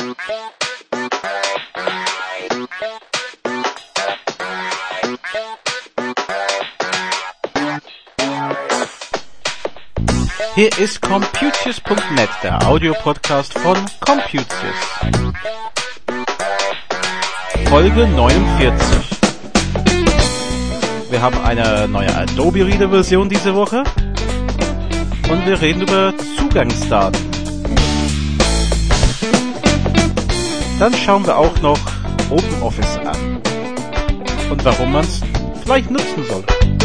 Hier ist Computius.net, der Audiopodcast von Computius. Folge 49. Wir haben eine neue Adobe Reader Version diese Woche und wir reden über Zugangsdaten. Dann schauen wir auch noch OpenOffice an und warum man es vielleicht nutzen soll.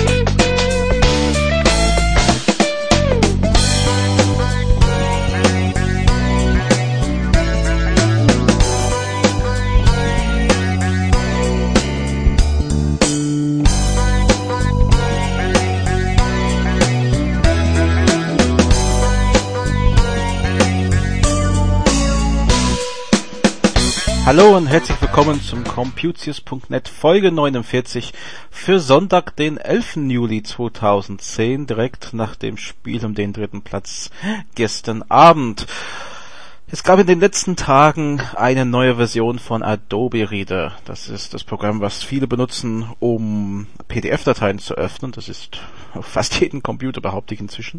Hallo und herzlich willkommen zum Computius.net Folge 49 für Sonntag, den 11. Juli 2010, direkt nach dem Spiel um den dritten Platz gestern Abend. Es gab in den letzten Tagen eine neue Version von Adobe Reader. Das ist das Programm, was viele benutzen, um PDF-Dateien zu öffnen. Das ist auf fast jedem Computer, behaupte ich inzwischen.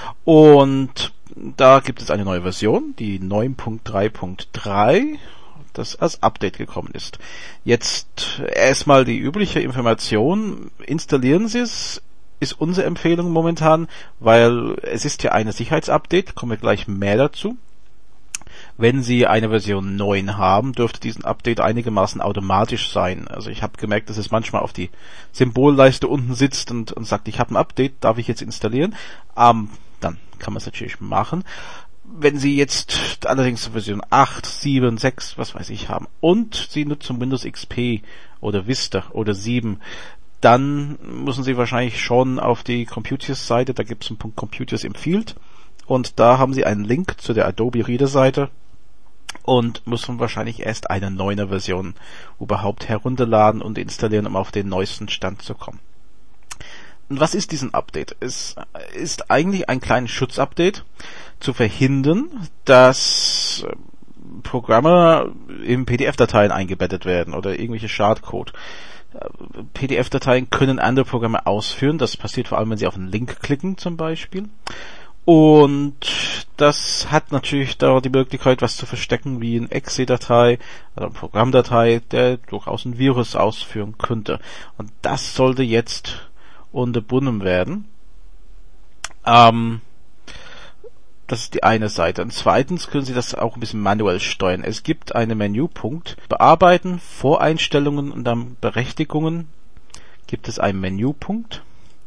Und da gibt es eine neue Version, die 9.3.3. das als Update gekommen ist. Jetzt erstmal die übliche Information. Installieren Sie es, ist unsere Empfehlung momentan, weil es ist ja eine Sicherheitsupdate, kommen wir gleich mehr dazu. Wenn Sie eine Version 9 haben, dürfte diesen Update einigermaßen automatisch sein. Also ich habe gemerkt, dass es manchmal auf die Symbolleiste unten sitzt und sagt, ich habe ein Update, darf ich jetzt installieren? Dann kann man es natürlich machen. Wenn Sie jetzt allerdings Version 8, 7, 6, was weiß ich haben und Sie nutzen Windows XP oder Vista oder 7, dann müssen Sie wahrscheinlich schon auf die Computius-Seite, da gibt es einen Punkt Computius empfiehlt und da haben Sie einen Link zu der Adobe Reader-Seite und müssen wahrscheinlich erst eine 9er Version überhaupt herunterladen und installieren, um auf den neuesten Stand zu kommen. Und was ist diesen Update? Es ist eigentlich ein kleines Schutzupdate, zu verhindern, dass Programme in PDF-Dateien eingebettet werden oder irgendwelche Schadcode. PDF-Dateien können andere Programme ausführen. Das passiert vor allem, wenn Sie auf einen Link klicken zum Beispiel. Und das hat natürlich da die Möglichkeit, was zu verstecken, wie eine Exe-Datei oder eine Programmdatei, der durchaus ein Virus ausführen könnte. Und das sollte jetzt unterbunden werden. Das ist die eine Seite. Und zweitens können Sie das auch ein bisschen manuell steuern. Es gibt einen Menüpunkt. Bearbeiten, Voreinstellungen und dann Berechtigungen gibt es einen Menüpunkt.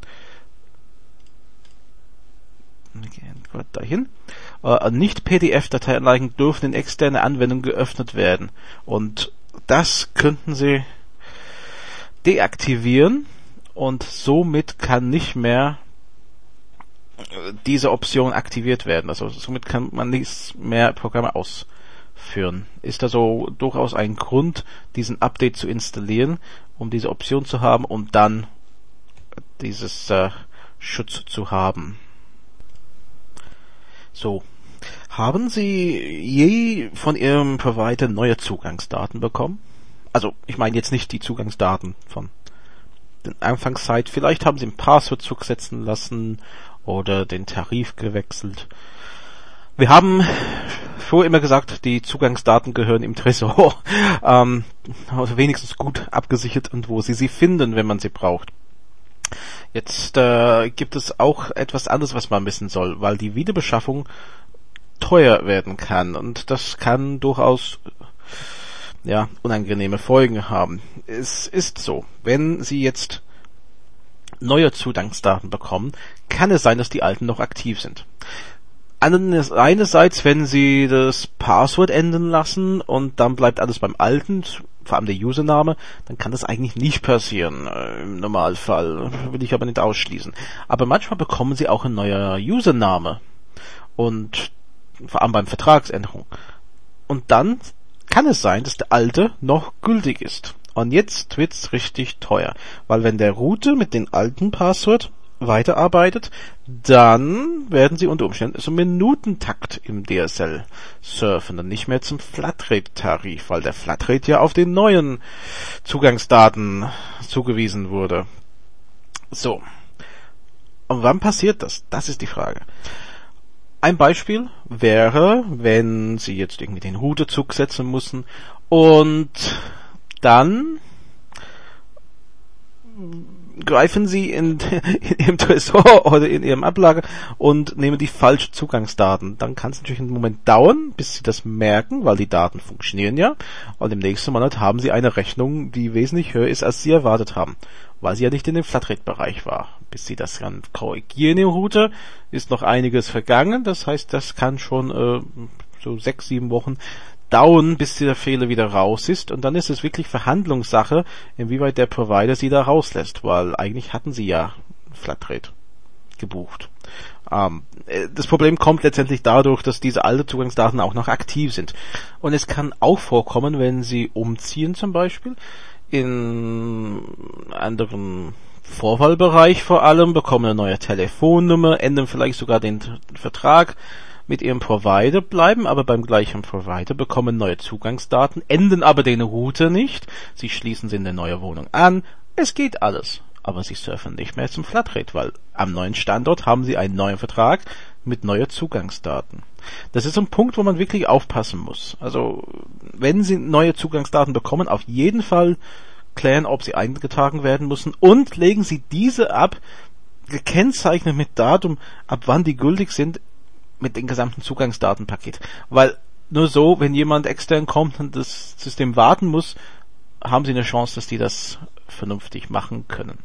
Wir gehen gerade dahin. Nicht-PDF-Dateianlagen dürfen in externe Anwendungen geöffnet werden. Und das könnten Sie deaktivieren und somit kann nicht mehr diese Option aktiviert werden. Also somit kann man nicht mehr Programme ausführen. Ist also durchaus ein Grund, diesen Update zu installieren, um diese Option zu haben und dann dieses Schutz zu haben. So. Haben Sie je von Ihrem Provider neue Zugangsdaten bekommen? Also, ich meine jetzt nicht die Zugangsdaten von der Anfangszeit. Vielleicht haben Sie ein Passwort zurücksetzen lassen oder den Tarif gewechselt. Wir haben vorher immer gesagt, die Zugangsdaten gehören im Tresor, also wenigstens gut abgesichert und wo Sie finden, wenn man sie braucht. Jetzt gibt es auch etwas anderes, was man wissen soll, weil die Wiederbeschaffung teuer werden kann und das kann durchaus unangenehme Folgen haben. Es ist so, wenn Sie jetzt neue Zugangsdaten bekommen, kann es sein, dass die alten noch aktiv sind. Einerseits, wenn Sie das Passwort ändern lassen und dann bleibt alles beim Alten, vor allem der Username, dann kann das eigentlich nicht passieren, im Normalfall, will ich aber nicht ausschließen. Aber manchmal bekommen Sie auch ein neuer Username und vor allem beim Vertragsänderung. Und dann kann es sein, dass der alte noch gültig ist. Und jetzt wird's richtig teuer, weil wenn der Router mit dem alten Passwort weiterarbeitet, dann werden Sie unter Umständen zum Minutentakt im DSL surfen und nicht mehr zum Flatrate-Tarif, weil der Flatrate ja auf den neuen Zugangsdaten zugewiesen wurde. So. Und wann passiert das? Das ist die Frage. Ein Beispiel wäre, wenn Sie jetzt irgendwie den Routerzug setzen müssen und dann greifen Sie in Ihrem Tresor oder in Ihrem Ablager und nehmen die falschen Zugangsdaten. Dann kann es natürlich einen Moment dauern, bis Sie das merken, weil die Daten funktionieren ja. Und im nächsten Monat haben Sie eine Rechnung, die wesentlich höher ist, als Sie erwartet haben, weil sie ja nicht in dem Flatrate-Bereich war. Bis Sie das dann korrigieren im Router, ist noch einiges vergangen. Das heißt, das kann schon so 6-7 Wochen dauern, bis der Fehler wieder raus ist, und dann ist es wirklich Verhandlungssache, inwieweit der Provider sie da rauslässt, weil eigentlich hatten sie ja Flatrate gebucht. Das Problem kommt letztendlich dadurch, dass diese alten Zugangsdaten auch noch aktiv sind. Und es kann auch vorkommen, wenn sie umziehen zum Beispiel, in anderen Vorwahlbereich vor allem, bekommen eine neue Telefonnummer, ändern vielleicht sogar den Vertrag mit ihrem Provider, bleiben aber beim gleichen Provider, bekommen neue Zugangsdaten, ändern aber den Router nicht, sie schließen sie in der neuen Wohnung an, es geht alles, aber sie surfen nicht mehr zum Flatrate, weil am neuen Standort haben sie einen neuen Vertrag mit neuen Zugangsdaten. Das ist ein Punkt, wo man wirklich aufpassen muss. Also, wenn Sie neue Zugangsdaten bekommen, auf jeden Fall klären, ob sie eingetragen werden müssen, und legen Sie diese ab, gekennzeichnet mit Datum, ab wann die gültig sind, mit dem gesamten Zugangsdatenpaket. Weil nur so, wenn jemand extern kommt und das System warten muss, haben Sie eine Chance, dass die das vernünftig machen können.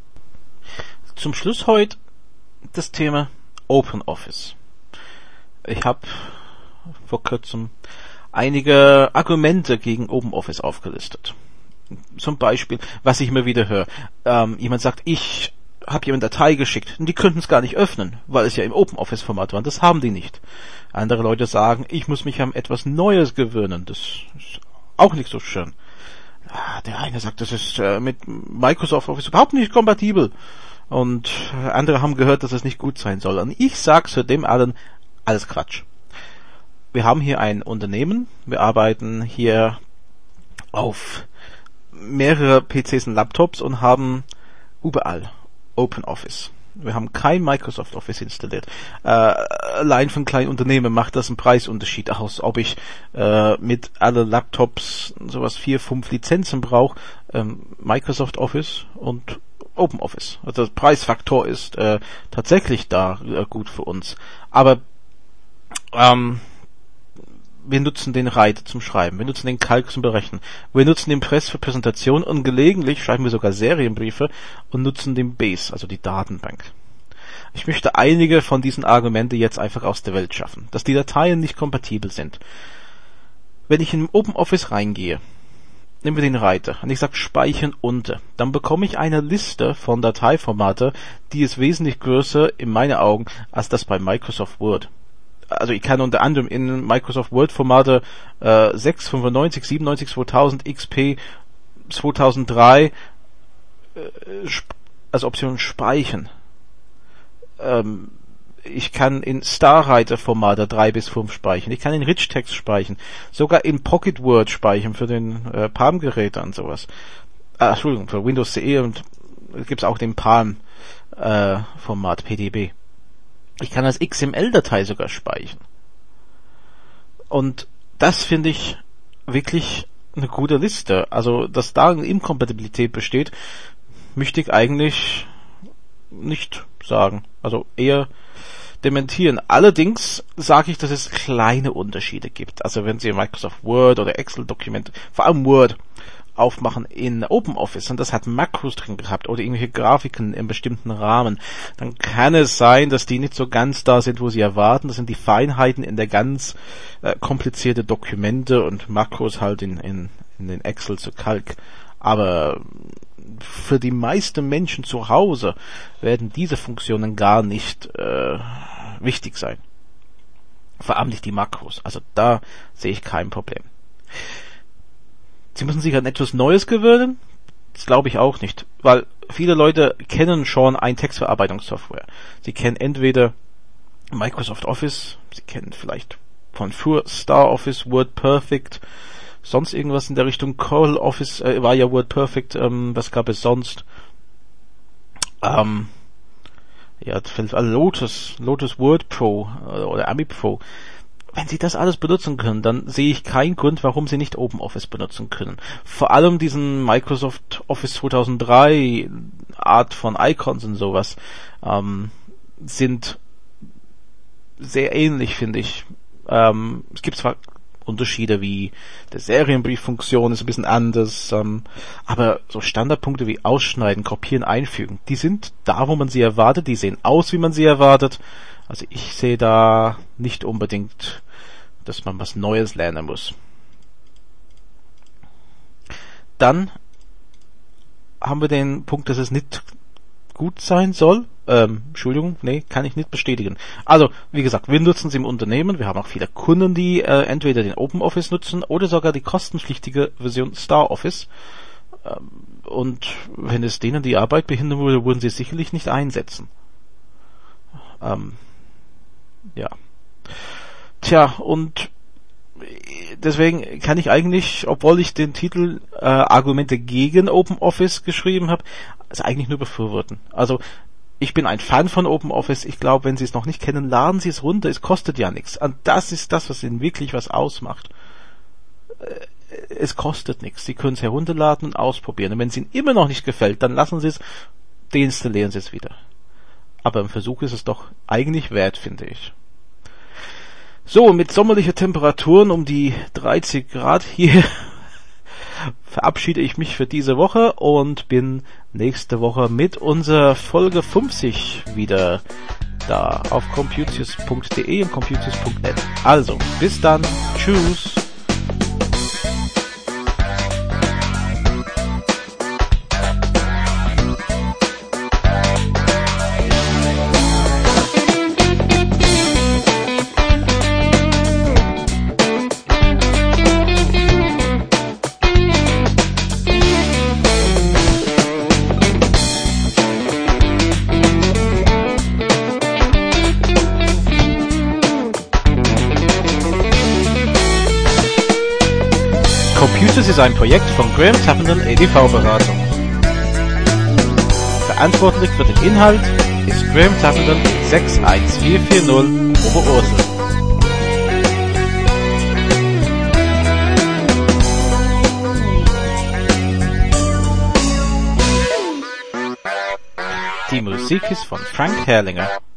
Zum Schluss heute das Thema OpenOffice. Ich habe vor kurzem einige Argumente gegen OpenOffice aufgelistet. Zum Beispiel, was ich immer wieder höre, jemand sagt, ich habe jemand Datei geschickt und die könnten es gar nicht öffnen, weil es ja im OpenOffice-Format war. Das haben die nicht. Andere Leute sagen, ich muss mich an etwas Neues gewöhnen. Das ist auch nicht so schön. Der eine sagt, das ist mit Microsoft Office überhaupt nicht kompatibel. Und andere haben gehört, dass es nicht gut sein soll. Und ich sage zu dem allen, alles Quatsch. Wir haben hier ein Unternehmen. Wir arbeiten hier auf mehrere PCs und Laptops und haben überall OpenOffice. Wir haben kein Microsoft Office installiert. Allein für ein kleines Unternehmen macht das einen Preisunterschied aus, ob ich mit alle Laptops sowas 4-5 Lizenzen brauche, Microsoft Office und OpenOffice. Also der Preisfaktor ist tatsächlich da gut für uns. Aber wir nutzen den Writer zum Schreiben, wir nutzen den Calc zum Berechnen, wir nutzen den Press für Präsentation und gelegentlich schreiben wir sogar Serienbriefe und nutzen den Base, also die Datenbank. Ich möchte einige von diesen Argumenten jetzt einfach aus der Welt schaffen, dass die Dateien nicht kompatibel sind. Wenn ich in OpenOffice reingehe, nehmen wir den Writer und ich sage Speichern unter, dann bekomme ich eine Liste von Dateiformate, die ist wesentlich größer in meinen Augen als das bei Microsoft Word. Also ich kann unter anderem in Microsoft Word Formate 6, 95, 97, 2000, XP, 2003 als Option speichern. Ich kann in Starwriter Formate 3 bis 5 speichern. Ich kann in Rich Text speichern. Sogar in Pocket Word speichern für den Palm-Geräte und sowas. Entschuldigung, für Windows CE, und gibt's auch den Palm Format PDB. Ich kann als XML-Datei sogar speichern. Und das finde ich wirklich eine gute Liste. Also, dass da eine Inkompatibilität besteht, möchte ich eigentlich nicht sagen. Also eher dementieren. Allerdings sage ich, dass es kleine Unterschiede gibt. Also wenn Sie Microsoft Word oder Excel-Dokumente, vor allem Word, aufmachen in OpenOffice und das hat Makros drin gehabt oder irgendwelche Grafiken in bestimmten Rahmen, dann kann es sein, dass die nicht so ganz da sind, wo Sie erwarten. Das sind die Feinheiten in der ganz komplizierte Dokumente und Makros halt in den Excel zu Calc. Aber für die meisten Menschen zu Hause werden diese Funktionen gar nicht wichtig sein. Vor allem nicht die Makros. Also da sehe ich kein Problem. Sie müssen sich an etwas Neues gewöhnen? Das glaube ich auch nicht. Weil viele Leute kennen schon ein Textverarbeitungssoftware. Sie kennen entweder Microsoft Office, sie kennen vielleicht von früher Star Office, WordPerfect, sonst irgendwas in der Richtung. Corel Office war ja WordPerfect, was gab es sonst? Lotus Word Pro oder Ami Pro. Wenn Sie das alles benutzen können, dann sehe ich keinen Grund, warum Sie nicht OpenOffice benutzen können. Vor allem diesen Microsoft Office 2003 Art von Icons und sowas sind sehr ähnlich, finde ich. Es gibt zwar Unterschiede wie der Serienbrieffunktion ist ein bisschen anders, aber so Standardpunkte wie Ausschneiden, Kopieren, Einfügen, die sind da, wo man sie erwartet, die sehen aus, wie man sie erwartet. Also ich sehe da nicht unbedingt, dass man was Neues lernen muss. Dann haben wir den Punkt, dass es nicht gut sein soll. Entschuldigung, nee, kann ich nicht bestätigen. Also, wie gesagt, wir nutzen es im Unternehmen. Wir haben auch viele Kunden, die entweder den OpenOffice nutzen oder sogar die kostenpflichtige Version Star Office. Und wenn es denen die Arbeit behindern würde, würden sie es sicherlich nicht einsetzen. Ja. Tja, und deswegen kann ich eigentlich, obwohl ich den Titel Argumente gegen OpenOffice geschrieben habe, es eigentlich nur befürworten. Also ich bin ein Fan von OpenOffice. Ich glaube, wenn Sie es noch nicht kennen, laden Sie es runter. Es kostet ja nichts. Und das ist das, was Ihnen wirklich was ausmacht. Es kostet nichts. Sie können es herunterladen und ausprobieren. Und wenn es Ihnen immer noch nicht gefällt, dann lassen Sie es, deinstallieren Sie es wieder. Aber im Versuch ist es doch eigentlich wert, finde ich. So, mit sommerlichen Temperaturen um die 30 Grad hier verabschiede ich mich für diese Woche und bin nächste Woche mit unserer Folge 50 wieder da auf computius.de und computius.net. Also, bis dann. Tschüss. Computius ist ein Projekt von Graham Tappenden EDV-Beratung. Verantwortlich für den Inhalt ist Graham Tappenden 61440 Oberursel. Die Musik ist von Frank Herrlinger.